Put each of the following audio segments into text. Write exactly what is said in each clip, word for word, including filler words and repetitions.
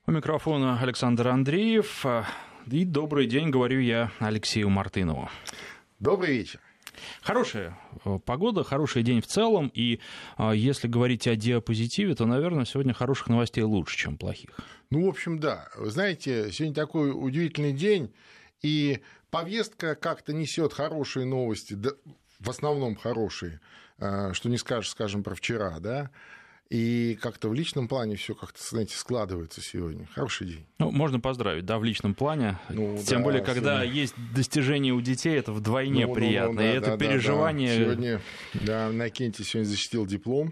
У микрофона Александр Андреев. И добрый день, говорю я Алексею Мартынову. Добрый вечер. Хорошая погода, хороший день в целом. И если говорить о диапозитиве, то, наверное, сегодня хороших новостей лучше, чем плохих. Ну, в общем, да. Вы знаете, сегодня такой удивительный день, и повестка как-то несет хорошие новости, да, в основном хорошие, что не скажешь, скажем, про вчера, да. И как-то в личном плане все как-то, знаете, складывается сегодня. Хороший день. Ну, можно поздравить, да, в личном плане. Ну, Тем да, более, когда сегодня... есть достижения у детей, это вдвойне ну, приятно. Ну, ну, да, и это да, переживание... Да, да. Сегодня, да, Иннокентий сегодня защитил диплом,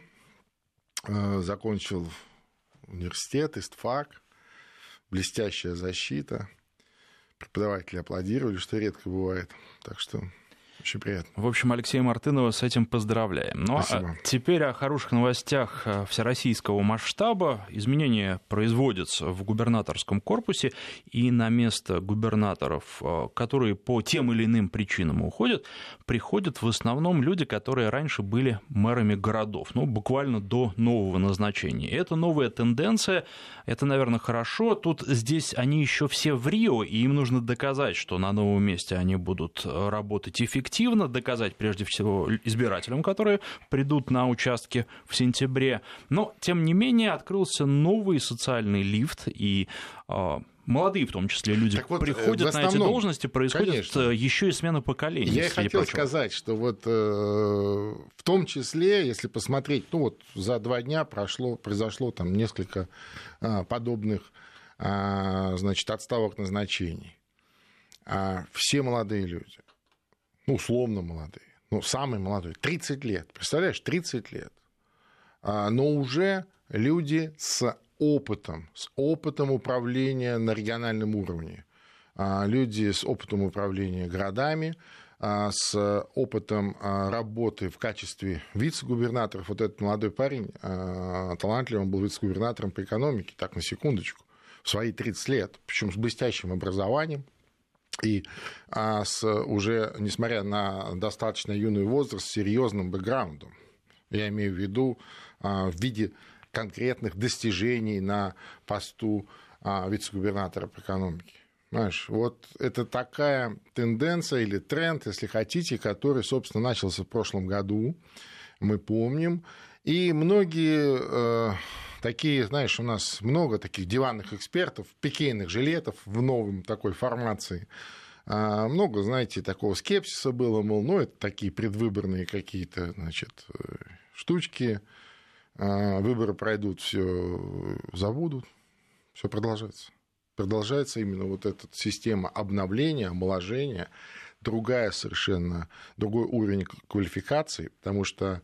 э, закончил университет, ИСТФАК, блестящая защита. Преподаватели аплодировали, что редко бывает. Так что... Очень приятно. В общем, Алексея Мартынова с этим поздравляем. Ну а теперь о хороших новостях всероссийского масштаба. Изменения производятся в губернаторском корпусе, и на место губернаторов, которые по тем или иным причинам уходят, приходят в основном люди, которые раньше были мэрами городов, ну, буквально до нового назначения. Это новая тенденция, это, наверное, хорошо. Тут здесь они еще все в Рио, и им нужно доказать, что на новом месте они будут работать эффективно, доказать прежде всего избирателям, которые придут на участки в сентябре. Но, тем не менее, открылся новый социальный лифт, и э, молодые, в том числе, люди вот, приходят основном, на эти должности, происходит конечно. еще и смена поколений. Я и хотел прочего. сказать, что вот э, в том числе, если посмотреть, ну вот за два дня прошло, произошло там несколько э, подобных э, значит, отставок назначений. А все молодые люди. Ну, условно молодые, ну, самые молодые, тридцать лет, представляешь, тридцать лет, но уже люди с опытом, с опытом управления на региональном уровне, люди с опытом управления городами, с опытом работы в качестве вице-губернаторов. Вот этот молодой парень, талантливый, он был вице-губернатором по экономике, так, на секундочку, в свои тридцать лет, причем с блестящим образованием. И а, с, уже, несмотря на достаточно юный возраст, с серьезным бэкграундом. Я имею в виду а, в виде конкретных достижений на посту а, вице-губернатора по экономике. Знаешь, вот это такая тенденция или тренд, если хотите, который, собственно, начался в прошлом году, мы помним. И многие... Э, Такие, знаешь, у нас много таких диванных экспертов, пикейных жилетов в новом такой формации. Много, знаете, такого скепсиса было, мол, ну, это такие предвыборные какие-то, значит, штучки. Выборы пройдут, все забудут, все продолжается. Продолжается именно вот эта система обновления, омоложения, другая совершенно, другой уровень квалификации, потому что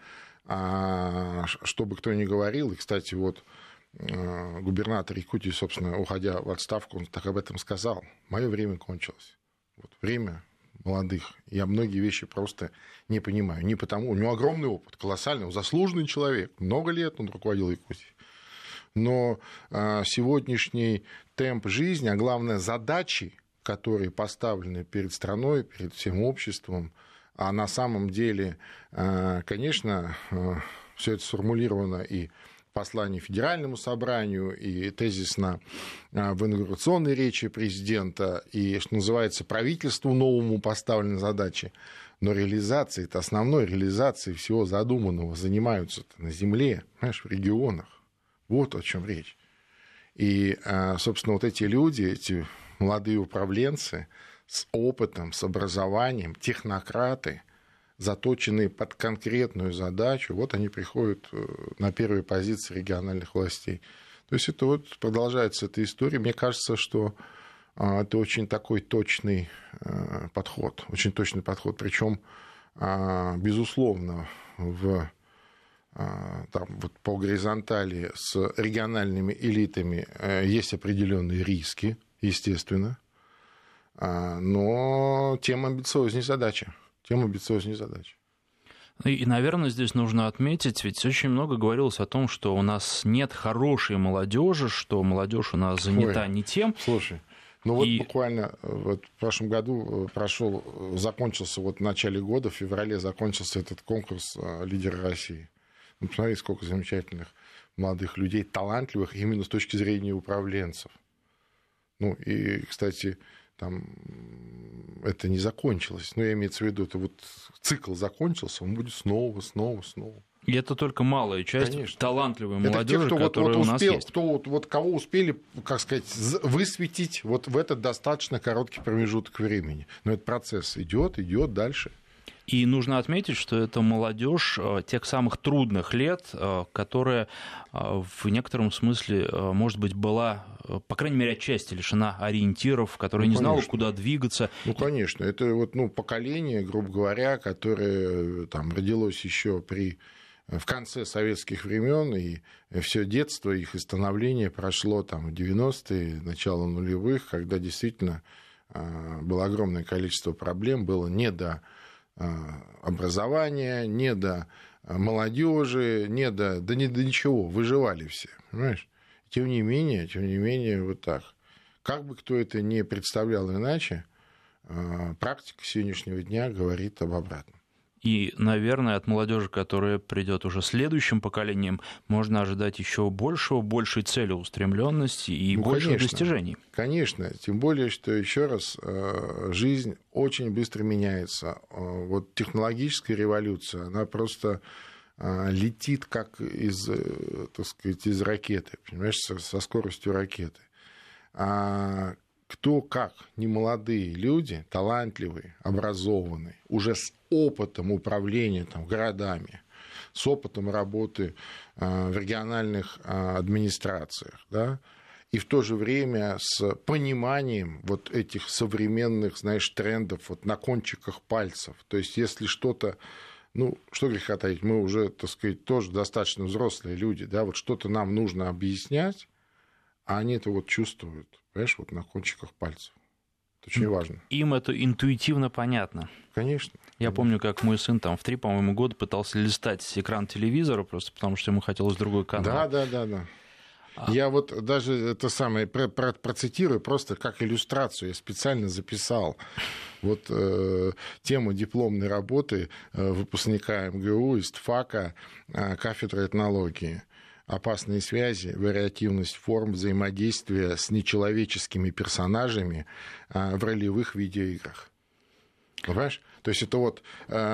что бы кто ни говорил, и, кстати, вот губернатор Якутии, собственно, уходя в отставку, он так об этом сказал. Мое время кончилось. Вот, время молодых. Я многие вещи просто не понимаю. Не потому, у него огромный опыт, колоссальный, он заслуженный человек. Много лет он руководил Якутией. Но сегодняшний темп жизни, а главное задачи, которые поставлены перед страной, перед всем обществом, а на самом деле, конечно, все это сформулировано и в послании Федеральному собранию, и тезисно в инаугурационной речи президента, и, что называется, правительству новому поставлены задачи. Но реализацией, это основной реализацией всего задуманного занимаются на земле, понимаешь, в регионах. Вот о чем речь. И, собственно, вот эти люди, эти молодые управленцы, с опытом, с образованием, технократы, заточенные под конкретную задачу, вот они приходят на первые позиции региональных властей. То есть это вот продолжается эта история. Мне кажется, что это очень такой точный подход, очень точный подход. Причем, безусловно, в, там, вот по горизонтали с региональными элитами есть определенные риски, естественно. Но тем амбициознее задача. Тем амбициознее задача. И, наверное, здесь нужно отметить, ведь очень много говорилось о том, что у нас нет хорошей молодежи, что молодежь у нас занята Ой, не тем. Слушай, ну вот и... буквально вот в прошлом году прошел, закончился вот в начале года, в феврале закончился этот конкурс «Лидеры России». Ну, посмотри, сколько замечательных молодых людей, талантливых именно с точки зрения управленцев. Ну, и, кстати, там это не закончилось. Но я имею в виду, это вот цикл закончился, он будет снова, снова, снова. И это только малая часть Конечно. талантливой молодежи, те, которая вот, вот у нас успел, есть. Кто, вот, вот кого успели, как сказать, высветить вот в этот достаточно короткий промежуток времени. Но этот процесс идет, идет дальше. И нужно отметить, что это молодежь тех самых трудных лет, которая в некотором смысле, может быть, была, по крайней мере, отчасти лишена ориентиров, которая ну, не знала, куда двигаться. Ну, конечно. Это вот, ну, поколение, грубо говоря, которое там, родилось еще при... в конце советских времен, и все детство их и становление прошло там, в девяностые, начало нулевых, когда действительно было огромное количество проблем, было не до образования, не до молодежи, не до, да не до ничего, выживали все, понимаешь? Тем не менее, тем не менее, вот так. Как бы кто это ни представлял иначе, практика сегодняшнего дня говорит об обратном. И, наверное, от молодежи, которая придет уже следующим поколением, можно ожидать еще большего, большей целеустремленности и ну, больших конечно, достижений. Конечно, тем более, что, еще раз, жизнь очень быстро меняется. Вот технологическая революция, она просто летит как из, так сказать, из ракеты, понимаешь, со скоростью ракеты. А кто, как немолодые люди, талантливые, образованные, уже с опытом управления там, городами, с опытом работы э, в региональных э, администрациях, да, и в то же время с пониманием вот этих современных, знаешь, трендов вот на кончиках пальцев. То есть, если что-то, ну, что греха таить, мы уже, так сказать, тоже достаточно взрослые люди, да, вот что-то нам нужно объяснять, а они это вот чувствуют, понимаешь, вот на кончиках пальцев. Это очень важно. Им это интуитивно понятно. Конечно. Я конечно. помню, как мой сын там в три, по-моему, года пытался листать экран телевизора, просто потому что ему хотелось другой канал. Да, да, да, да. А... Я вот даже это самое процитирую просто как иллюстрацию. Я специально записал вот э, тему дипломной работы э, выпускника эм гэ у из ТФАКа э, кафедры этнологии. Опасные связи, вариативность форм взаимодействия с нечеловеческими персонажами в ролевых видеоиграх. Понимаешь? То есть это вот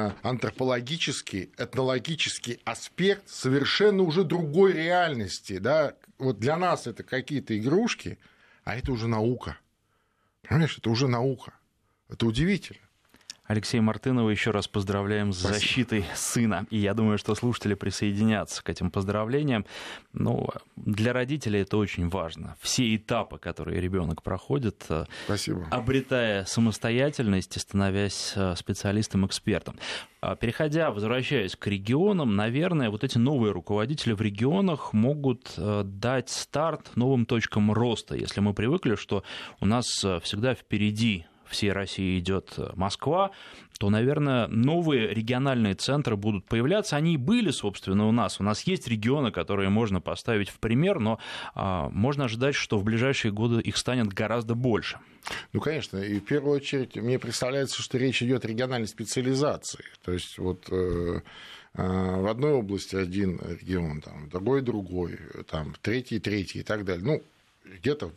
антропологический, этнологический аспект совершенно уже другой реальности. Да? Вот для нас это какие-то игрушки, а это уже наука. Понимаешь, это уже наука. Это удивительно. Алексея Мартынова еще раз поздравляем с Спасибо. защитой сына. И я думаю, что слушатели присоединятся к этим поздравлениям. Ну, для родителей это очень важно. Все этапы, которые ребенок проходит, Спасибо. обретая самостоятельность и становясь специалистом-экспертом. Переходя, возвращаясь к регионам, наверное, вот эти новые руководители в регионах могут дать старт новым точкам роста. Если мы привыкли, что у нас всегда впереди всей России идет Москва, то, наверное, новые региональные центры будут появляться. Они и были, собственно, у нас. У нас есть регионы, которые можно поставить в пример, но а, можно ожидать, что в ближайшие годы их станет гораздо больше. Ну, конечно. И в первую очередь мне представляется, что речь идет о региональной специализации. То есть вот э, э, в одной области один регион, там, в другой другой, там, в третий третий и так далее. Ну, где-то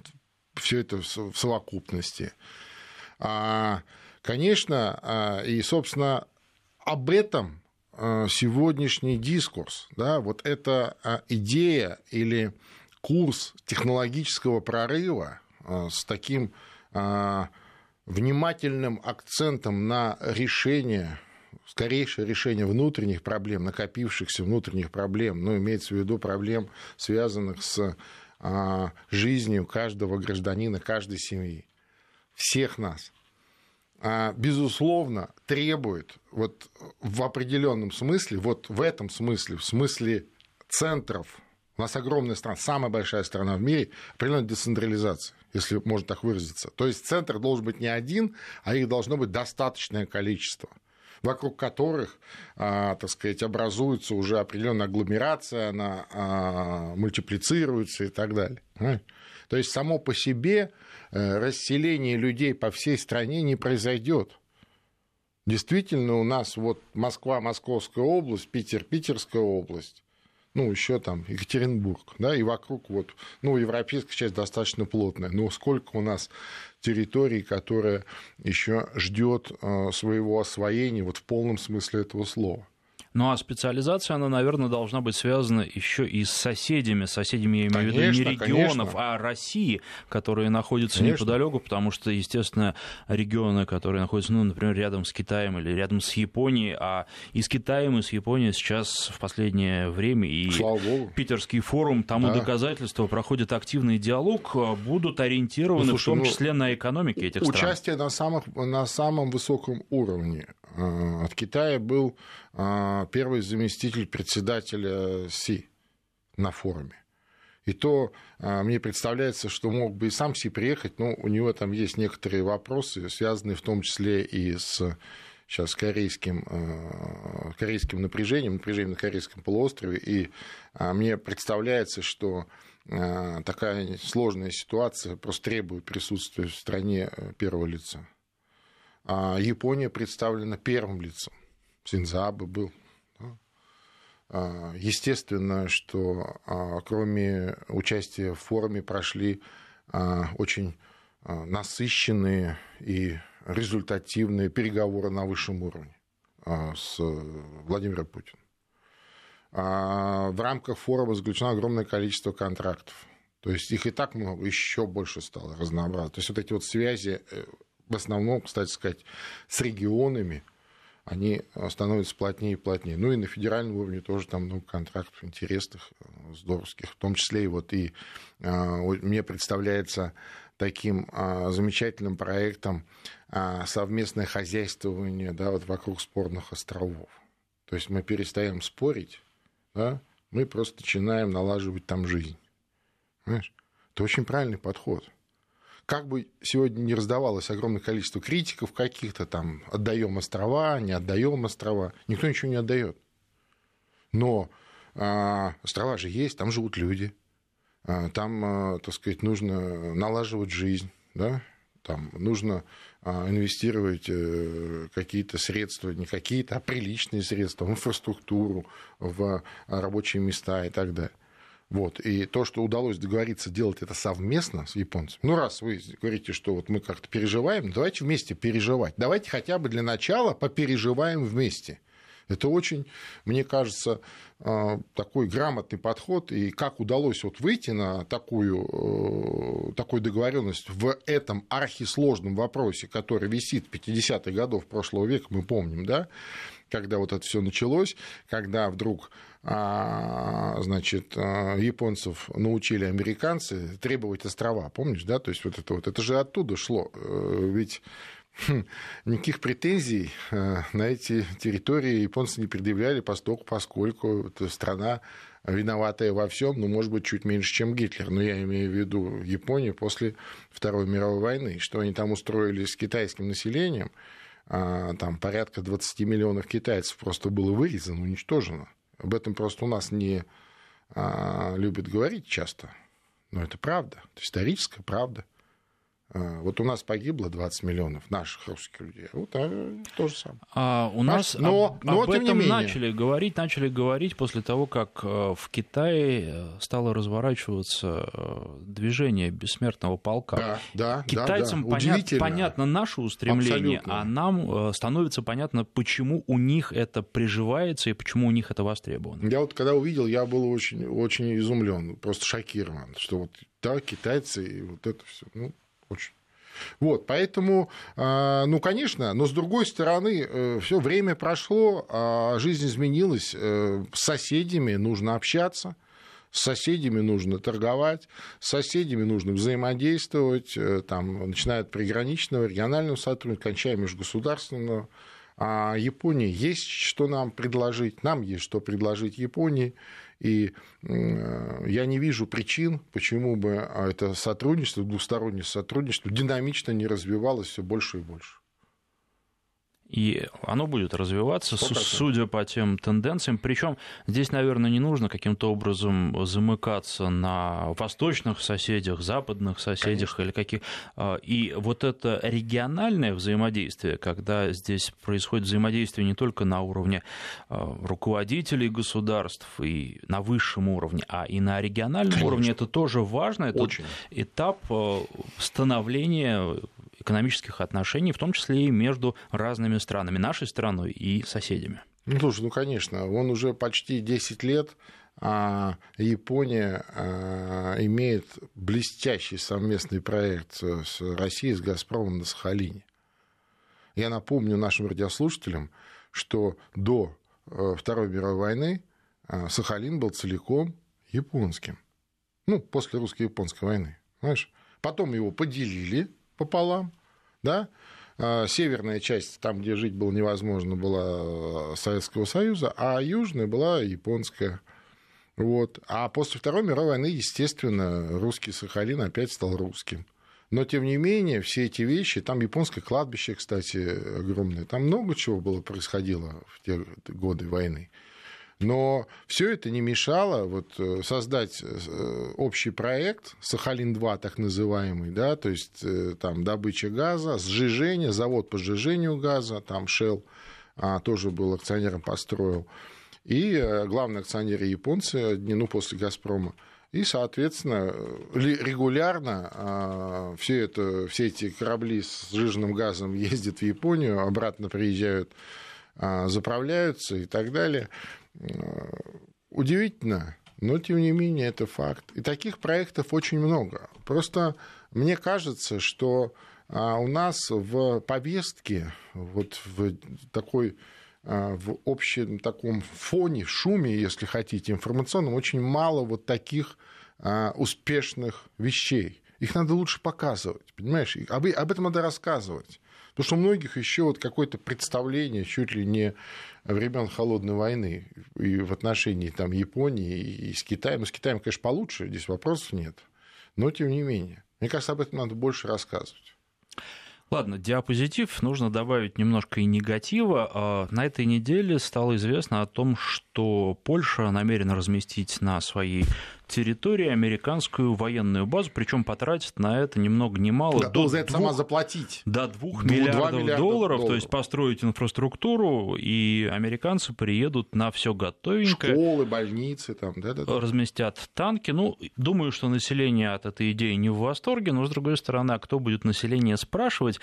все это в совокупности. Конечно, и, собственно, об этом сегодняшний дискурс, да, вот эта идея или курс технологического прорыва с таким внимательным акцентом на решение, скорейшее решение внутренних проблем, накопившихся внутренних проблем, ну, имеется в виду проблем, связанных с жизнью каждого гражданина, каждой семьи, всех нас, безусловно, требует вот в определенном смысле, вот в этом смысле, в смысле центров, у нас огромная страна, самая большая страна в мире, определенной децентрализации, если можно так выразиться. То есть центр должен быть не один, а их должно быть достаточное количество, вокруг которых, так сказать, образуется уже определенная агломерация, она мультиплицируется и так далее. То есть само по себе расселение людей по всей стране не произойдет. Действительно, у нас вот Москва, Московская область, Питер, Питерская область, ну, еще там Екатеринбург, да, и вокруг вот, ну, европейская часть достаточно плотная, но сколько у нас территорий, которая еще ждет своего освоения вот в полном смысле этого слова. Ну, а специализация, она, наверное, должна быть связана еще и с соседями. Соседями, я имею в виду, не регионов, конечно. А России, которые находятся конечно. Неподалеку, потому что, естественно, регионы, которые находятся, ну, например, рядом с Китаем или рядом с Японией, а и с Китаем, и с Японией сейчас в последнее время и Питерский форум тому да. доказательство, проходит активный диалог, будут ориентированы ну, слушай, в том числе ну, на экономике этих стран. Участие на, самых, на самом высоком уровне. От Китая был первый заместитель председателя Си на форуме. И то мне представляется, что мог бы и сам Си приехать, но у него там есть некоторые вопросы, связанные в том числе и с сейчас корейским, корейским напряжением, напряжением на Корейском полуострове. И мне представляется, что такая сложная ситуация просто требует присутствия в стране первого лица. Япония представлена первым лицом. Синдзо Абе был. Естественно, что кроме участия в форуме прошли очень насыщенные и результативные переговоры на высшем уровне с Владимиром Путиным. В рамках форума заключено огромное количество контрактов. То есть их и так много, еще больше стало разнообразно. То есть вот эти вот связи, в основном, кстати сказать, с регионами, они становятся плотнее и плотнее. Ну и на федеральном уровне тоже там много контрактов интересных, здоровских. В том числе и вот и мне представляется таким замечательным проектом совместное хозяйствование, да, вот вокруг спорных островов. То есть мы перестаем спорить, да, мы просто начинаем налаживать там жизнь. Понимаешь? Это очень правильный подход. Как бы сегодня не раздавалось огромное количество критиков каких-то, там, отдаем острова, не отдаем острова, никто ничего не отдает. Но а, острова же есть, там живут люди, а, там, а, так сказать, нужно налаживать жизнь, да? Там нужно а, инвестировать а, какие-то средства, не какие-то, а приличные средства в инфраструктуру, в а, рабочие места и так далее. Вот. И то, что удалось договориться делать это совместно с японцами, ну, раз вы говорите, что вот мы как-то переживаем, давайте вместе переживать. Давайте хотя бы для начала попереживаем вместе. Это очень, мне кажется, такой грамотный подход. И как удалось вот выйти на такую, такую договоренность в этом архисложном вопросе, который висит с пятидесятых годов прошлого века, мы помним, да, когда вот это все началось, когда вдруг, значит, японцев научили американцы требовать острова, помнишь, да, то есть вот это вот, это же оттуда шло, ведь никаких претензий на эти территории японцы не предъявляли, поскольку, поскольку это страна виноватая во всем, ну, может быть, чуть меньше, чем Гитлер, но я имею в виду Японию после Второй мировой войны, что они там устроили с китайским населением, там порядка двадцать миллионов китайцев просто было вырезано, уничтожено. Об этом просто у нас не а, любят говорить часто, но это правда, это историческая правда. А, вот у нас погибло двадцать миллионов наших русских людей, вот а, то же самое. А у нас но, об, но, об этом начали говорить, начали говорить после того, как в Китае стало разворачиваться движение бессмертного полка. Да, да, китайцам да, да. Понят, понятно наше устремление, абсолютно. А нам становится понятно, почему у них это приживается и почему у них это востребовано. Я вот когда увидел, я был очень, очень изумлен, просто шокирован, что вот да, китайцы и вот это все, ну, очень. Вот, поэтому, ну, конечно, но с другой стороны, все время прошло, жизнь изменилась, с соседями нужно общаться, с соседями нужно торговать, с соседями нужно взаимодействовать, там, начиная от приграничного, регионального сотрудничества, кончая межгосударственного. А Японии есть что нам предложить, нам есть что предложить Японии. И я не вижу причин, почему бы это сотрудничество, двустороннее сотрудничество динамично не развивалось все больше и больше. И оно будет развиваться, судя по тем тенденциям. Причем здесь, наверное, не нужно каким-то образом замыкаться на восточных соседях, западных соседях. Конечно. Или каких. И вот это региональное взаимодействие, когда здесь происходит взаимодействие не только на уровне руководителей государств и на высшем уровне, а и на региональном Конечно. Уровне, это тоже важно. Это Очень. Этап становления экономических отношений, в том числе и между разными странами, нашей страной и соседями. Ну, слушай, ну, конечно, он уже почти десять лет, а Япония а, имеет блестящий совместный проект с Россией, с «Газпромом» на Сахалине. Я напомню нашим радиослушателям, что до Второй мировой войны Сахалин был целиком японским. Ну, после русско-японской войны, понимаешь? Потом его поделили пополам, да, северная часть, там, где жить было невозможно, была Советского Союза, а южная была японская. Вот. А после Второй мировой войны, естественно, русский Сахалин опять стал русским. Но, тем не менее, все эти вещи, там японское кладбище, кстати, огромное, там много чего было происходило в те годы войны. Но все это не мешало вот создать общий проект Сахалин-два, так называемый, да, то есть там добыча газа, сжижение, завод по сжижению газа, там Shell а, тоже был акционером, построил, и главные акционеры японцы, ну, после «Газпрома». И, соответственно, регулярно все, это, все эти корабли с сжиженным газом ездят в Японию, обратно приезжают, заправляются и так далее. Удивительно, но, тем не менее, это факт. И таких проектов очень много. Просто мне кажется, что у нас в повестке, вот в такой, в общем таком фоне, шуме, если хотите, информационном, очень мало вот таких успешных вещей. Их надо лучше показывать, понимаешь? Об, об этом надо рассказывать. Потому что у многих еще вот какое-то представление чуть ли не времен Холодной войны и в отношении там, Японии и с Китаем. Но с Китаем, конечно, получше, здесь вопросов нет. Но тем не менее. Мне кажется, об этом надо больше рассказывать. Ладно, диапозитив, нужно добавить немножко и негатива. На этой неделе стало известно о том, что Польша намерена разместить на своей территории американскую военную базу, причем потратит на это ни много ни мало. Да, до за это двух, сама заплатить. До двух миллиардов долларов, долларов, то есть построить инфраструктуру, и американцы приедут на все готовенькое. Школы, больницы, там, да, да, да. Разместят танки. Ну, думаю, что население от этой идеи не в восторге, но, с другой стороны, а кто будет население спрашивать?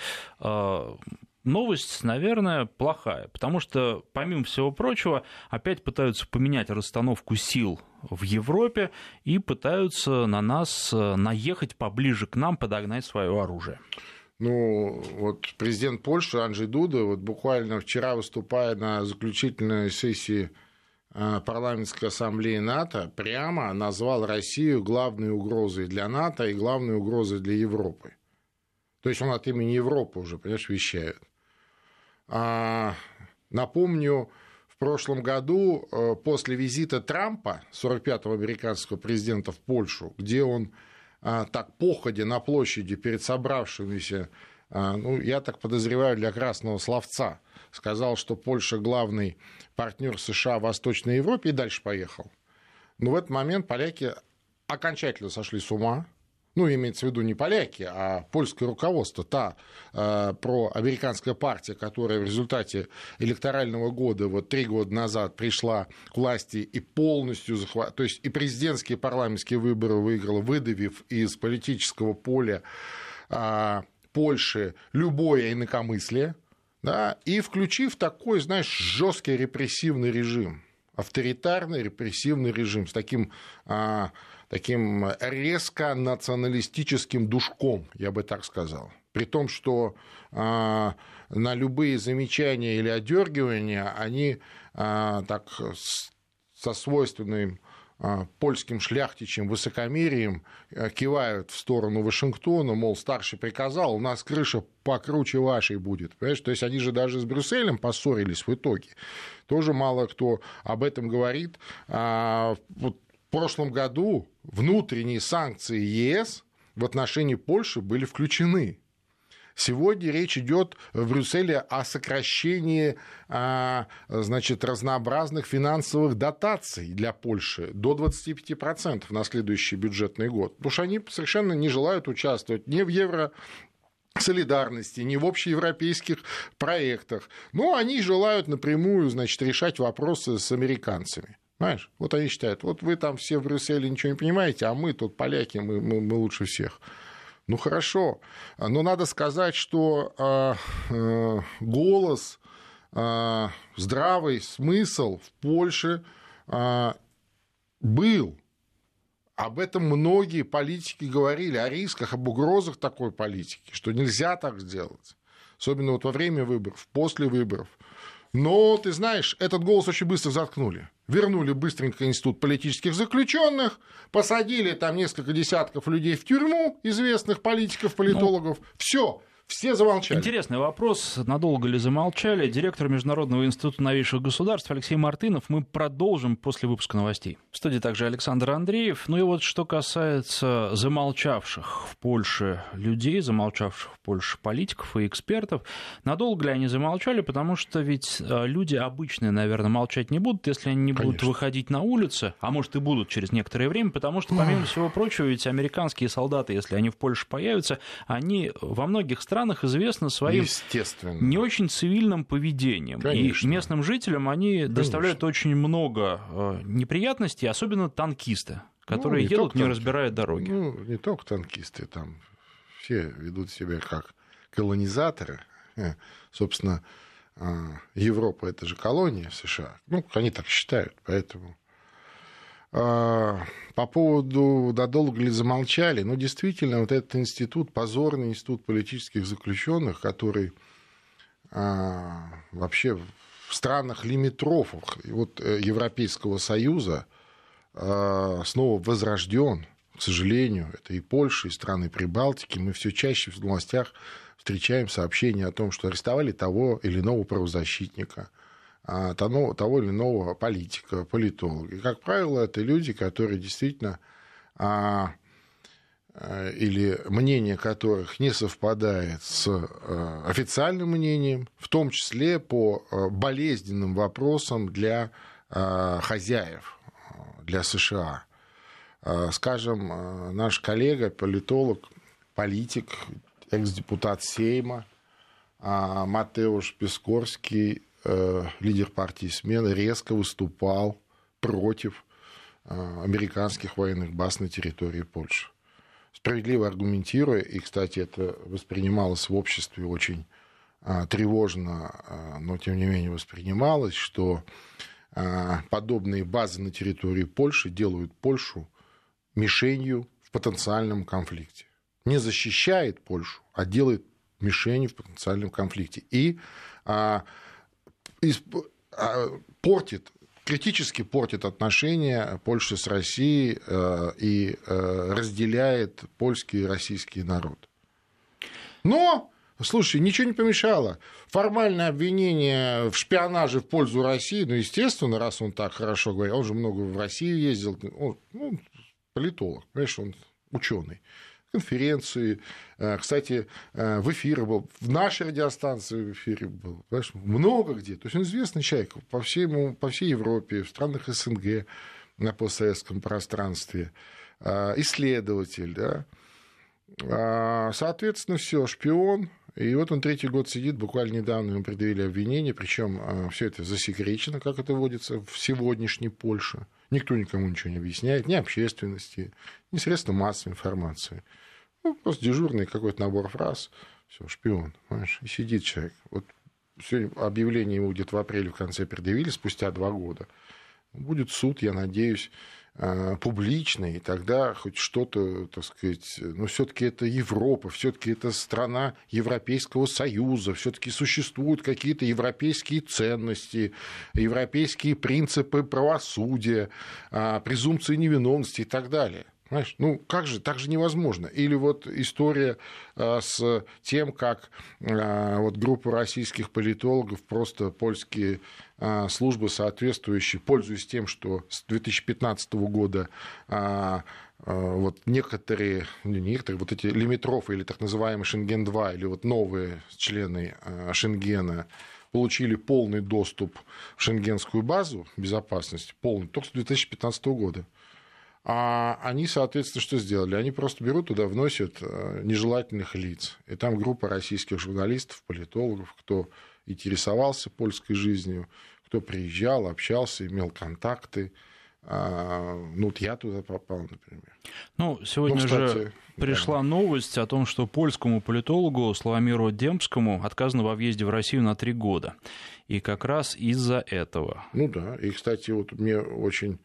Новость, наверное, плохая, потому что, помимо всего прочего, опять пытаются поменять расстановку сил в Европе и пытаются на нас наехать поближе к нам, подогнать свое оружие. Ну, вот президент Польши Анджей Дуда, вот буквально вчера, выступая на заключительной сессии парламентской ассамблеи НАТО, прямо назвал Россию главной угрозой для НАТО и главной угрозой для Европы. То есть он от имени Европы уже, понимаешь, вещает. А, напомню, в прошлом году после визита Трампа, сорок пятого американского президента в Польшу, где он а, так походя на площади перед собравшимися, а, ну, я так подозреваю, для красного словца, сказал, что Польша главный партнер США в Восточной Европе, и дальше поехал. Но в этот момент поляки окончательно сошли с ума. Ну, имеется в виду не поляки, а польское руководство, та э, проамериканская партия, которая в результате электорального года, вот три года назад пришла к власти и полностью захватила, то есть и президентские, и парламентские выборы выиграла, выдавив из политического поля э, Польши любое инакомыслие, да, и включив такой, знаешь, жесткий репрессивный режим, авторитарный репрессивный режим с таким... Э, таким резко националистическим душком, я бы так сказал. При том, что а, на любые замечания или одергивания они а, так, с, со свойственным а, польским шляхтичьим высокомерием а, кивают в сторону Вашингтона, мол, старший приказал, у нас крыша покруче вашей будет. Понимаешь? То есть они же даже с Брюсселем поссорились в итоге. Тоже мало кто об этом говорит. А, вот, в прошлом году внутренние санкции ЕС в отношении Польши были включены. Сегодня речь идет в Брюсселе о сокращении, значит, разнообразных финансовых дотаций для Польши до двадцати пяти процентов на следующий бюджетный год. Потому что они совершенно не желают участвовать ни в евро солидарности, не в общеевропейских проектах. Но они желают напрямую, значит, решать вопросы с американцами. Понимаешь? Вот они считают, вот вы там все в Брюсселе ничего не понимаете, а мы тут поляки, мы, мы, мы лучше всех. Ну, хорошо. Но надо сказать, что э, э, голос, э, здравый смысл в Польше э, был. Об этом многие политики говорили, о рисках, об угрозах такой политики, что нельзя так сделать. Особенно вот во время выборов, после выборов. Но, ты знаешь, этот голос очень быстро заткнули. Вернули быстренько институт политических заключенных, посадили там несколько десятков людей в тюрьму, известных политиков, политологов. Ну, все. Все замолчали. Интересный вопрос. Надолго ли замолчали? Директор Международного института новейших государств Алексей Мартынов. Мы продолжим после выпуска новостей. В студии также Александр Андреев. Ну и вот что касается замолчавших в Польше людей, замолчавших в Польше политиков и экспертов, надолго ли они замолчали? Потому что ведь люди обычные, наверное, молчать не будут, если они не Конечно. будут выходить на улицы, а может и будут через некоторое время, потому что, помимо всего прочего, ведь американские солдаты, если они в Польше появятся, они во многих странах известны своим не очень цивильным поведением. Конечно. И местным жителям они Конечно. доставляют очень много неприятностей, особенно танкисты, которые ну, едут, не танки. разбирая дороги. Ну, не только танкисты, там все ведут себя как колонизаторы. Собственно, Европа — это же колония США. Ну, они так считают, поэтому... По поводу «надолго ли замолчали», ну, действительно, вот этот институт, позорный институт политических заключенных, который а, вообще в странах лимитрофов вот, Европейского Союза а, снова возрожден, к сожалению, это и Польша, и страны Прибалтики, мы все чаще в новостях встречаем сообщения о том, что арестовали того или иного правозащитника, того, того или иного политика, политолога. И, как правило, это люди, которые действительно, а, или мнение которых не совпадает с а, официальным мнением, в том числе по а, болезненным вопросам для а, хозяев, для США. А, скажем, а, наш коллега, политолог, политик, экс-депутат Сейма а, Матеуш Пискорский, лидер партии «Смена», резко выступал против американских военных баз на территории Польши. Справедливо аргументируя, и, кстати, это воспринималось в обществе очень тревожно, но, тем не менее, воспринималось, что подобные базы на территории Польши делают Польшу мишенью в потенциальном конфликте. Не защищает Польшу, а делает мишенью в потенциальном конфликте. И портит, критически портит отношения Польши с Россией и разделяет польский и российский народ. Но, слушай, ничего не помешало. Формальное обвинение в шпионаже в пользу России, ну, естественно, раз он так хорошо говорит, он же много в Россию ездил, он, ну, политолог, понимаешь, он ученый. Конференции. Кстати, в эфире был, в нашей радиостанции в эфире был, понимаешь, много где. То есть он известный человек по, всему, по всей Европе, в странах СНГ, на постсоветском пространстве, исследователь, да. Соответственно, все, шпион. И вот он третий год сидит, буквально недавно ему предъявили обвинение, причем все это засекречено, как это водится в сегодняшней Польше. Никто никому ничего не объясняет, ни общественности, ни средства массовой информации. Ну, просто дежурный какой-то набор фраз. Все, шпион, понимаешь, и сидит человек. Вот все объявление ему где-то в апреле в конце предъявили, спустя два года. Будет суд, я надеюсь, публичный, и тогда хоть что-то, так сказать, ну, все-таки это Европа, все-таки это страна Европейского Союза, все-таки существуют какие-то европейские ценности, европейские принципы правосудия, презумпции невиновности и так далее. Понимаешь? Ну, как же, так же невозможно. Или вот история с тем, как вот группа российских политологов, просто польские службы соответствующие, пользуясь тем, что с две тысячи пятнадцатого года вот некоторые, не некоторые, вот эти лимитрофы или так называемый Шенген-два, или вот новые члены Шенгена получили полный доступ в шенгенскую базу безопасности, полный, только с две тысячи пятнадцатого года. А они, соответственно, что сделали? Они просто берут туда, вносят нежелательных лиц. И там группа российских журналистов, политологов, кто интересовался польской жизнью, кто приезжал, общался, имел контакты. Ну, вот я туда попал, например. Ну, сегодня ну, кстати, же пришла да. новость о том, что польскому политологу Славомиру Дембскому отказано во въезде в Россию на три года. И как раз из-за этого. Ну да, и, кстати, вот мне очень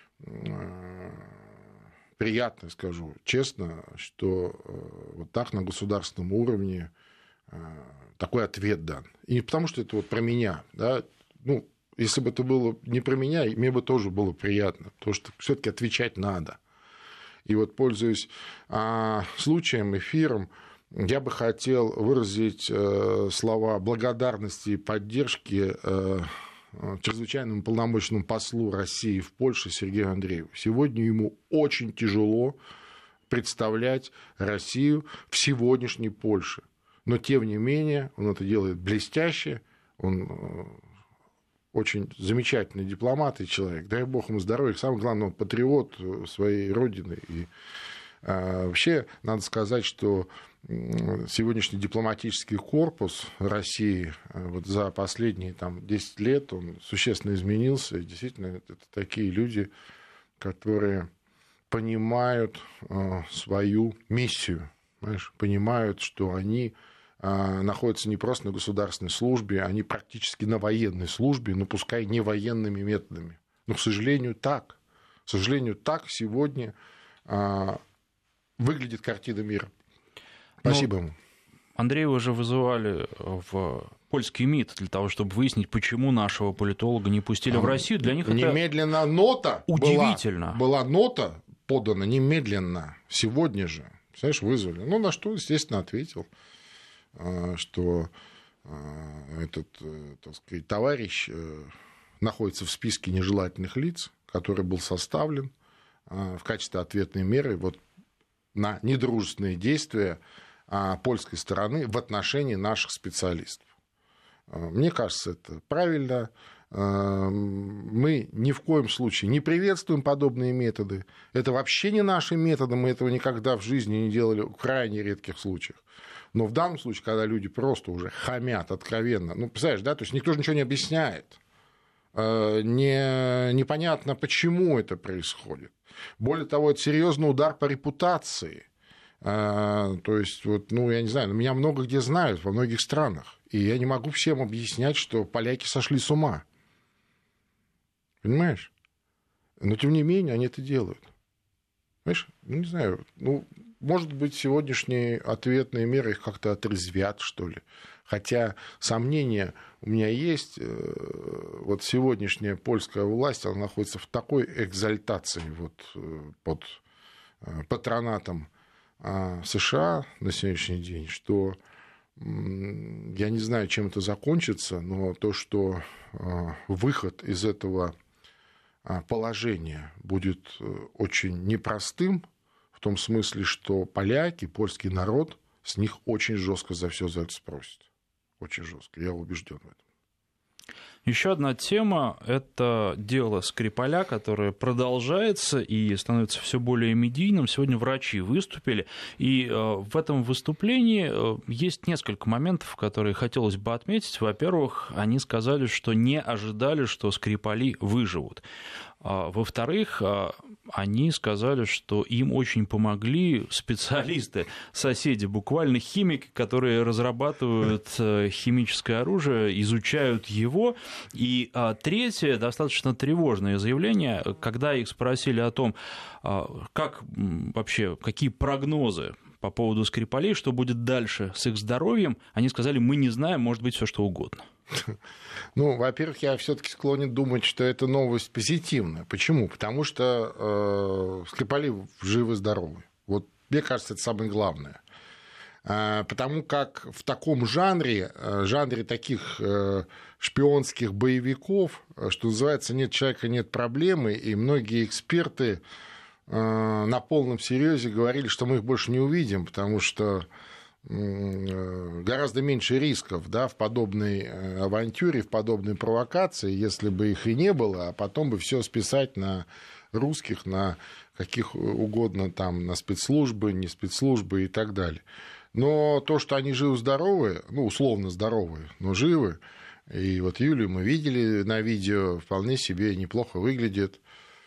приятно, скажу честно, что вот так на государственном уровне такой ответ дан. И не потому, что это вот про меня, да, ну, если бы это было не про меня, мне бы тоже было приятно, потому что все-таки отвечать надо. И вот, пользуясь а, случаем, эфиром, я бы хотел выразить а, слова благодарности и поддержки а, чрезвычайному полномочному послу России в Польше Сергею Андрееву. Сегодня ему очень тяжело представлять Россию в сегодняшней Польше. Но, тем не менее, он это делает блестяще, он очень замечательный дипломат и человек. Дай бог ему здоровья. Самое главное, он патриот своей родины. И а, вообще, надо сказать, что сегодняшний дипломатический корпус России вот за последние там, десять лет он существенно изменился. И действительно, это такие люди, которые понимают а, свою миссию, понимаешь? Понимают, что они находятся не просто на государственной службе, они практически на военной службе, но пускай не военными методами. Но, к сожалению, так. К сожалению, так сегодня а, выглядит картина мира. Спасибо ему. Андрея уже вызывали в польский МИД для того, чтобы выяснить, почему нашего политолога не пустили а, в Россию. Для них немедленно это нота удивительно. Была, была нота подана немедленно, сегодня же. Знаешь, вызвали. Ну, на что, естественно, ответил, что этот, так сказать, товарищ находится в списке нежелательных лиц, который был составлен в качестве ответной меры вот на недружественные действия польской стороны в отношении наших специалистов. Мне кажется, это правильно. Мы ни в коем случае не приветствуем подобные методы. Это вообще не наши методы, мы этого никогда в жизни не делали, в крайне редких случаях. Но в данном случае, когда люди просто уже хамят откровенно, ну, представляешь, да, то есть никто же ничего не объясняет, не, непонятно, почему это происходит. Более того, это серьезный удар по репутации. То есть, вот, ну, я не знаю, меня много где знают, во многих странах, и я не могу всем объяснять, что поляки сошли с ума. Понимаешь? Но, тем не менее, они это делают. Понимаешь? Ну, не знаю, ну... Может быть, сегодняшние ответные меры их как-то отрезвят, что ли. Хотя сомнения у меня есть. Вот сегодняшняя польская власть, она находится в такой экзальтации вот под патронатом США на сегодняшний день, что я не знаю, чем это закончится, но то, что выход из этого положения будет очень непростым, в том смысле, что поляки, польский народ с них очень жестко за все за это спросит. Очень жестко. Я убежден в этом. Еще одна тема – это дело Скрипаля, которое продолжается и становится все более медийным. Сегодня врачи выступили, и в этом выступлении есть несколько моментов, которые хотелось бы отметить. Во-первых, они сказали, что не ожидали, что Скрипали выживут. Во-вторых, они сказали, что им очень помогли специалисты, соседи, буквально химики, которые разрабатывают химическое оружие, изучают его. И третье, достаточно тревожное заявление, когда их спросили о том, как вообще, какие прогнозы по поводу Скрипалей, что будет дальше с их здоровьем, они сказали, мы не знаем, может быть, все что угодно. Ну, во-первых, я все-таки склонен думать, что эта новость позитивная. Почему? Потому что э, Скрипали живы-здоровы. Вот мне кажется, это самое главное. Э, потому как в таком жанре, э, жанре таких э, шпионских боевиков, что называется, нет человека, нет проблемы, и многие эксперты на полном серьезе говорили, что мы их больше не увидим, потому что гораздо меньше рисков, да, в подобной авантюре, в подобной провокации, если бы их и не было, а потом бы все списать на русских, на каких угодно там, на спецслужбы, не спецслужбы и так далее. Но то, что они живы-здоровы, ну, условно здоровы, но живы, и вот Юлию мы видели на видео, вполне себе неплохо выглядит.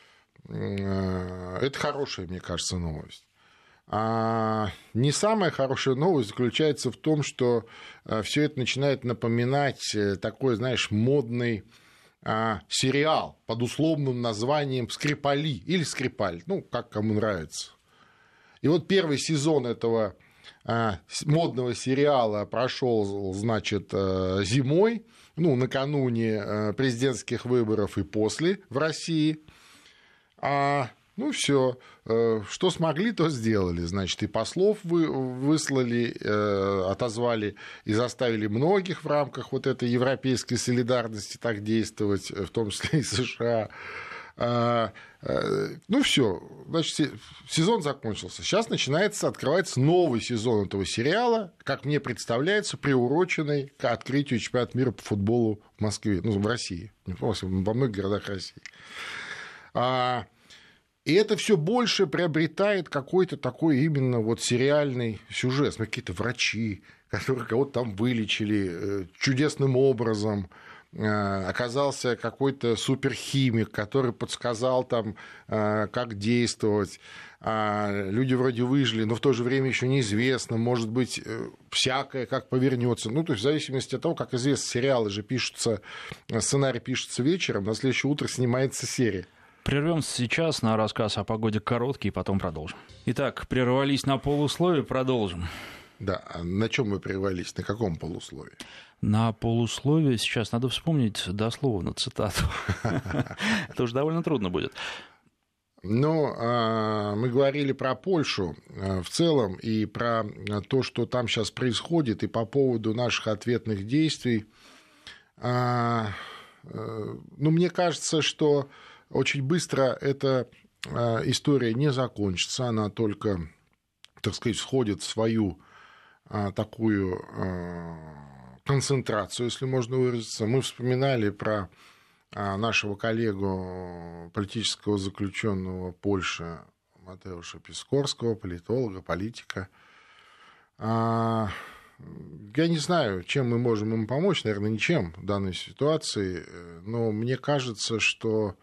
Это хорошая, мне кажется, новость. А не самая хорошая новость заключается в том, что все это начинает напоминать такой, знаешь, модный сериал под условным названием «Скрипали» или «Скрипаль», ну, как кому нравится. И вот первый сезон этого модного сериала прошел, значит, зимой, ну, накануне президентских выборов и после в России. А, ну, все, что смогли, то сделали. Значит, и послов вы, выслали, отозвали и заставили многих в рамках вот этой европейской солидарности так действовать, в том числе и США. А, ну, все, значит, сезон закончился. Сейчас начинается, открывается новый сезон этого сериала, как мне представляется, приуроченный к открытию чемпионата мира по футболу в Москве, ну, в России, во многих городах России. И это все больше приобретает какой-то такой именно вот сериальный сюжет. Смотри, какие-то врачи, которые кого-то там вылечили чудесным образом. Оказался какой-то суперхимик, который подсказал там, как действовать. Люди вроде выжили, но в то же время еще неизвестно, может быть, всякое, как повернется. Ну, то есть в зависимости от того, как известно, сериалы же пишутся, сценарий пишется вечером, на следующее утро снимается серия. Прервемся сейчас на рассказ о погоде короткий, и потом продолжим. Итак, прервались на полусловие, продолжим. Да, а на чем мы прервались, на каком полусловии? На полусловие сейчас надо вспомнить дословно цитату. Это уж довольно трудно будет. Ну, мы говорили про Польшу в целом и про то, что там сейчас происходит, и по поводу наших ответных действий. Ну, мне кажется, что очень быстро эта история не закончится, она только, так сказать, входит в свою такую концентрацию, если можно выразиться. Мы вспоминали про нашего коллегу, политического заключенного Польши Матеуша Пискорского, политолога, политика. Я не знаю, чем мы можем им помочь, наверное, ничем в данной ситуации, но мне кажется, что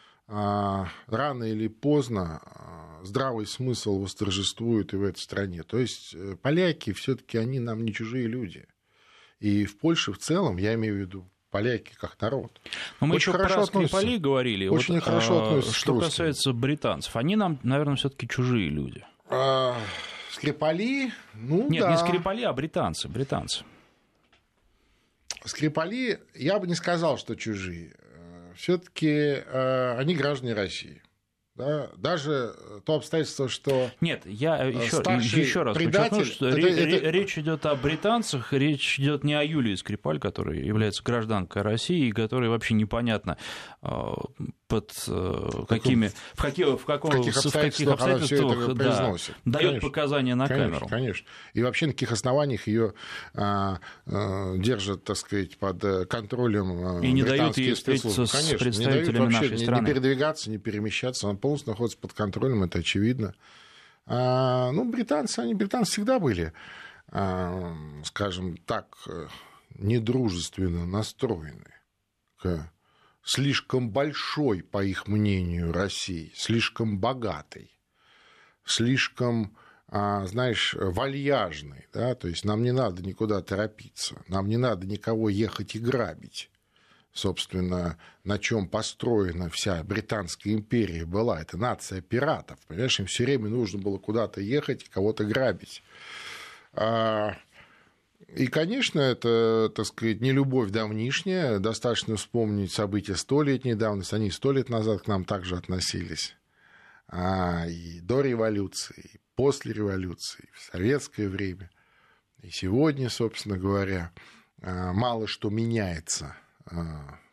рано или поздно здравый смысл восторжествует и в этой стране. То есть поляки все-таки они нам не чужие люди. И в Польше в целом, я имею в виду поляки как народ. Но мы очень еще хорошо про относятся. Скрипалей говорили. Очень вот, хорошо а, относятся. Что касается британцев, они нам, наверное, все-таки чужие люди. А, Скрипали, ну Нет, да. не Скрипали, а британцы, британцы. Скрипали, я бы не сказал, что чужие. Все-таки они граждане России. Да? Даже то обстоятельство, что... Нет, я еще, еще раз подчеркну, что это, речь, это... речь идет о британцах, речь идет не о Юлии Скрипаль, которая является гражданкой России, и которая вообще непонятно под какими, в, каких, в, каком, в каких обстоятельствах, в каких обстоятельствах да, дает конечно, показания на конечно, камеру. Конечно. И вообще на каких основаниях ее а, а, держат, так сказать, под контролем и не дают спецслужбы. ей встретиться с конечно, представителями не дают вообще нашей страны. Не передвигаться, не перемещаться, она полностью находится под контролем, это очевидно. А, ну, британцы, они британцы всегда были, а, скажем так, недружественно настроены к слишком большой, по их мнению, России, слишком богатой, слишком, знаешь, вальяжной. Да? То есть нам не надо никуда торопиться, нам не надо никого ехать и грабить. Собственно, на чем построена вся Британская империя была. Это нация пиратов. Понимаешь, им все время нужно было куда-то ехать и кого-то грабить. И, конечно, это, так сказать, не любовь давнишняя. Достаточно вспомнить события столетней давности. Они сто лет назад к нам также относились. А, и до революции, и после революции, и в советское время. И сегодня, собственно говоря, мало что меняется в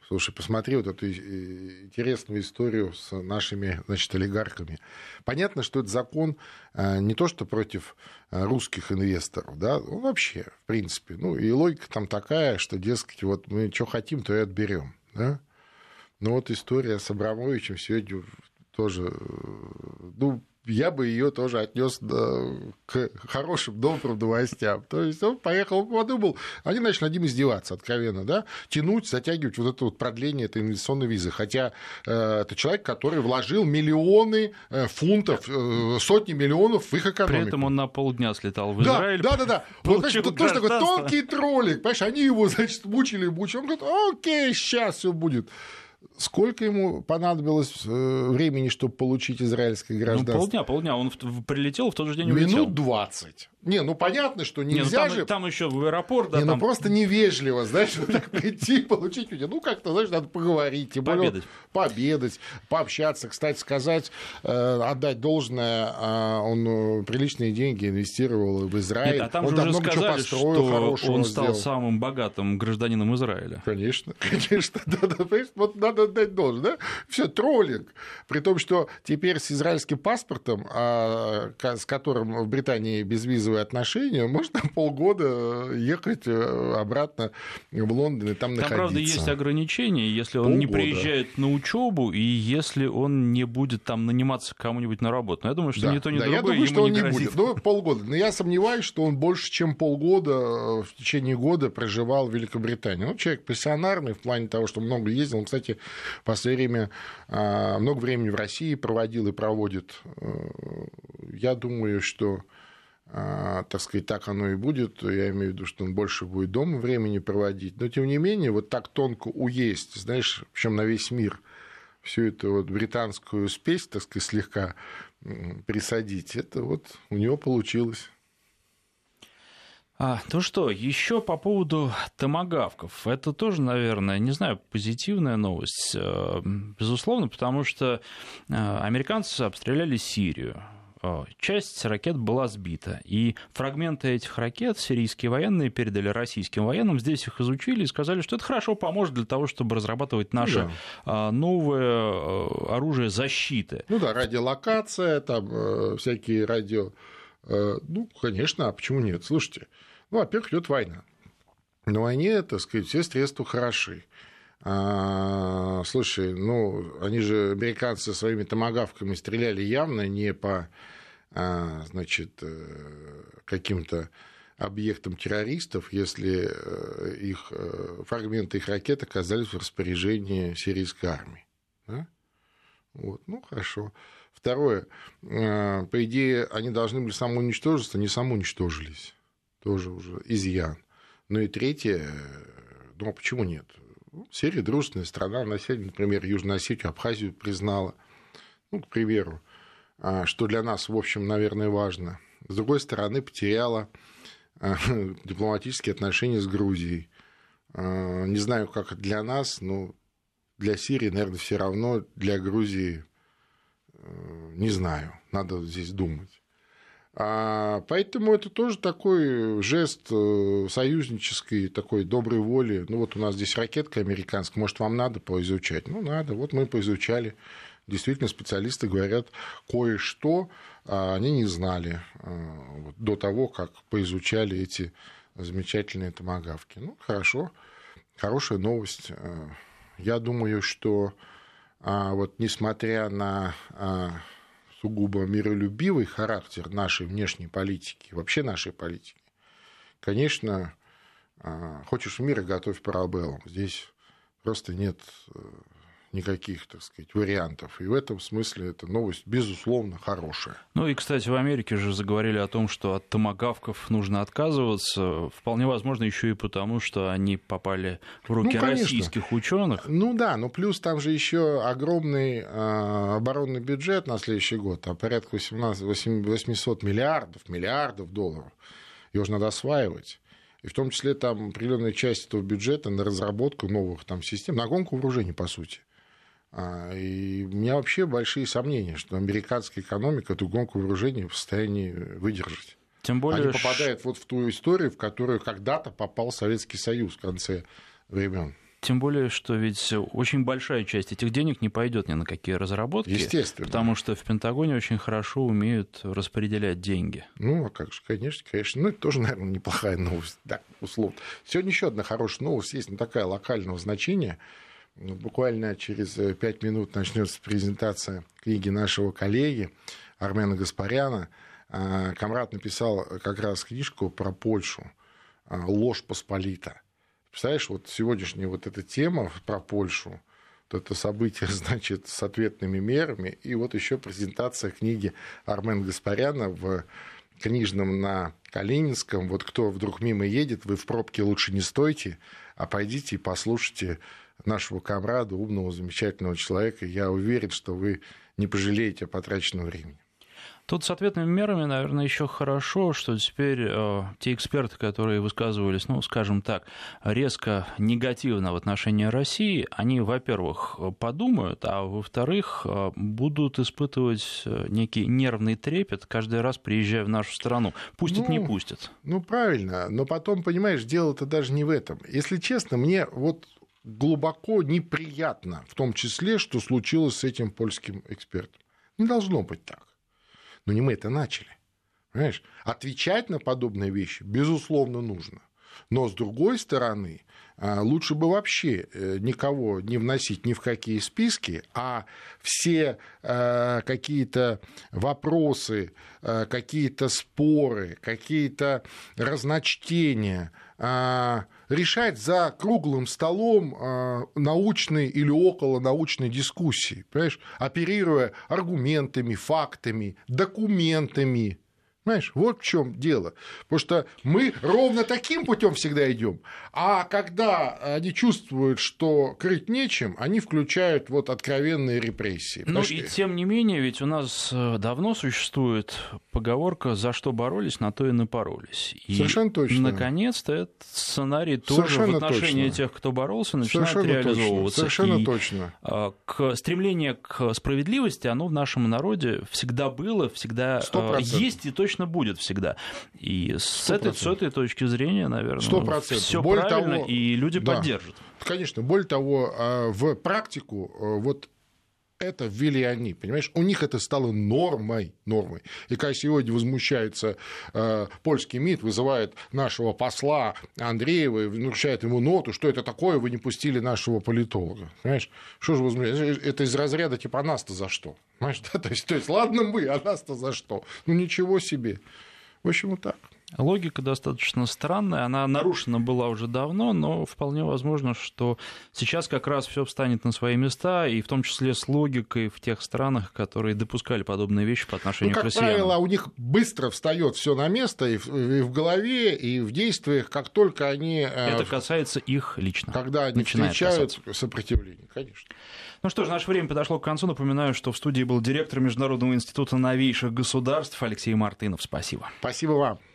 Слушай, посмотри вот эту интересную историю с нашими, значит, олигархами. Понятно, что этот закон не то что против русских инвесторов, да, ну, вообще, в принципе. Ну, и логика там такая, что, дескать, вот мы что хотим, то и отберем, да. Но вот история с Абрамовичем сегодня тоже, ну, я бы ее тоже отнес к хорошим, добрым новостям. То есть он поехал, подумал, они начали над ним издеваться откровенно, да, тянуть, затягивать вот это вот продление этой инвестиционной визы. Хотя э, это человек, который вложил миллионы э, фунтов, э, сотни миллионов в их экономику. При этом он на полдня слетал в Израиль. Да, да, да. да. Вот, значит, тоже такой тонкий троллик. Понимаешь, они его, значит, мучили, мучили. Он говорит, окей, сейчас все будет. Сколько ему понадобилось времени, чтобы получить израильское гражданство? Ну, полдня, полдня. Он прилетел, в тот же день улетел. Минут двадцать. Не, ну понятно, что нельзя не, ну, там, же... Там еще в аэропорт, да, не, там... ну просто невежливо, знаешь, вот так прийти, получить людей. Ну, как-то, знаешь, надо поговорить. Тем более, пообедать. Пообедать, пообщаться. Кстати сказать, отдать должное, он приличные деньги инвестировал в Израиль. Нет, а там он же там уже много сказали, чего построил, что он стал сделал. самым богатым гражданином Израиля. Конечно, конечно. Да, да, вот надо отдать должное, да? Все, троллинг. При том, что теперь с израильским паспортом, с которым в Британии безвизовые отношения, можно полгода ехать обратно в Лондон и там, там находиться. Там, правда, есть ограничения, если он полгода. Не приезжает на учебу и если он не будет там наниматься кому-нибудь на работу. Но я думаю, что да, ни то, ни да, другое я думаю, ему что он не не будет. Ну, полгода. Но я сомневаюсь, что он больше, чем полгода в течение года проживал в Великобритании. Ну, человек пассионарный в плане того, что много ездил. Он, кстати, в последнее время много времени в России проводил и проводит. Я думаю, что, так сказать, так оно и будет. Я имею в виду, что он больше будет дома времени проводить. Но, тем не менее, вот так тонко уесть, знаешь, причем на весь мир, всю эту вот британскую спесь, так сказать, слегка присадить, это вот у него получилось. А, ну что, еще по поводу томагавков. Это тоже, наверное, не знаю, позитивная новость, безусловно, потому что американцы обстреляли Сирию. Часть ракет была сбита, и фрагменты этих ракет сирийские военные передали российским военным, здесь их изучили и сказали, что это хорошо поможет для того, чтобы разрабатывать наше да. новое оружие защиты. Ну да, радиолокация, там всякие радио... Ну, конечно, а почему нет? Слушайте, ну, во-первых, идет война. На войне, так сказать, все средства хороши. А, слушай, ну, они же, американцы, своими томагавками стреляли явно не по, а, значит, каким-то объектам террористов, если их, фрагменты их ракет оказались в распоряжении сирийской армии. Да? Вот, ну, хорошо. Второе, по идее, они должны были самоуничтожиться, не самоуничтожились. Тоже уже изъян. Ну и третье, ну а почему нет? Сирия дружественная страна, население, например, Южную Осетию, Абхазию признала. Ну, к примеру, что для нас, в общем, наверное, важно. С другой стороны, потеряла дипломатические отношения с Грузией. Не знаю, как для нас, но для Сирии, наверное, все равно, для Грузии не знаю, надо здесь думать. Поэтому это тоже такой жест союзнической, такой доброй воли. Ну, вот у нас здесь ракетка американская, может, вам надо поизучать? Ну, надо, вот мы поизучали. Действительно, специалисты говорят, кое-что они не знали до того, как поизучали эти замечательные томагавки. Ну, хорошо, хорошая новость. Я думаю, что вот несмотря на сугубо миролюбивый характер нашей внешней политики, вообще нашей политики, конечно, хочешь в мир, готовь парабеллум. Здесь просто нет никаких, так сказать, вариантов. И в этом смысле эта новость, безусловно, хорошая. Ну и, кстати, в Америке же заговорили о том, что от томагавков нужно отказываться. Вполне возможно, еще и потому, что они попали в руки ну, российских ученых. Ну да, но плюс там же еще огромный э, оборонный бюджет на следующий год, там порядка восемьсот миллиардов, миллиардов долларов. Его же надо осваивать. И в том числе там определенная часть этого бюджета на разработку новых там систем, на гонку вооружений, по сути. И у меня вообще большие сомнения, что американская экономика эту гонку вооружений в состоянии выдержать. Тем более... Они попадают вот в ту историю, в которую когда-то попал Советский Союз в конце времен. Тем более, что ведь очень большая часть этих денег не пойдет ни на какие разработки. Естественно. Потому что в Пентагоне очень хорошо умеют распределять деньги. Ну, а как же, конечно, конечно. Ну, это тоже, наверное, неплохая новость, да, условно. Сегодня еще одна хорошая новость есть, но такая локального значения. Буквально через пять минут начнется презентация книги нашего коллеги Армена Гаспаряна. Камрад написал как раз книжку про Польшу «Ложь посполита». Представляешь, вот сегодняшняя вот эта тема про Польшу, вот это событие, значит, с ответными мерами, и вот еще презентация книги Армена Гаспаряна в книжном на Калининском. Вот кто вдруг мимо едет, вы в пробке лучше не стойте, а пойдите и послушайте нашего камрада, умного, замечательного человека. Я уверен, что вы не пожалеете о потраченном времени. Тут с ответными мерами, наверное, еще хорошо, что теперь э, те эксперты, которые высказывались, ну, скажем так, резко негативно в отношении России, они, во-первых, подумают, а во-вторых, э, будут испытывать некий нервный трепет каждый раз, приезжая в нашу страну. Пустят, ну, не пустят. Ну, правильно, но потом, понимаешь, дело-то даже не в этом. Если честно, мне вот глубоко неприятно, в том числе, что случилось с этим польским экспертом. Не должно быть так. Но не мы это начали. Понимаешь? Отвечать на подобные вещи, безусловно, нужно. Но, с другой стороны, лучше бы вообще никого не вносить ни в какие списки, а все какие-то вопросы, какие-то споры, какие-то разночтения решать за круглым столом научной или околонаучной дискуссии, понимаешь? Оперируя аргументами, фактами, документами. Понимаешь, вот в чем дело. Потому что мы ровно таким путем всегда идем. А когда они чувствуют, что крыть нечем, они включают вот откровенные репрессии. Ну и тем не менее, ведь у нас давно существует поговорка «за что боролись, на то и напоролись». И совершенно точно. Наконец-то этот сценарий тоже совершенно в отношении точно. Тех, кто боролся, начинает совершенно реализовываться. Точно. Совершенно и точно. К стремление к справедливости, оно в нашем народе всегда было, всегда сто процентов есть и точно будет всегда. И с этой, с этой точки зрения, наверное, все правильно, того, и люди да, поддержат. Конечно. Более того, в практику вот это ввели они, понимаешь? У них это стало нормой, нормой. И когда сегодня возмущается э, польский МИД, вызывает нашего посла Андреева и внушает ему ноту, что это такое, вы не пустили нашего политолога. Понимаешь? Что же возмущается? Это из разряда типа, а нас-то за что? Понимаешь? Да? То есть, то есть, ладно мы, а нас-то за что? Ну, ничего себе. В общем, вот так. Логика достаточно странная, она нарушена была уже давно, но вполне возможно, что сейчас как раз все встанет на свои места, и в том числе с логикой в тех странах, которые допускали подобные вещи по отношению ну, к россиянам. Как правило, у них быстро встает все на место и в, и в голове, и в действиях, как только они... Это касается их лично. Когда они встречают касаться. Сопротивление, конечно. Ну что ж, наше время подошло к концу. Напоминаю, что в студии был директор Международного института новейших государств Алексей Мартынов. Спасибо. Спасибо вам.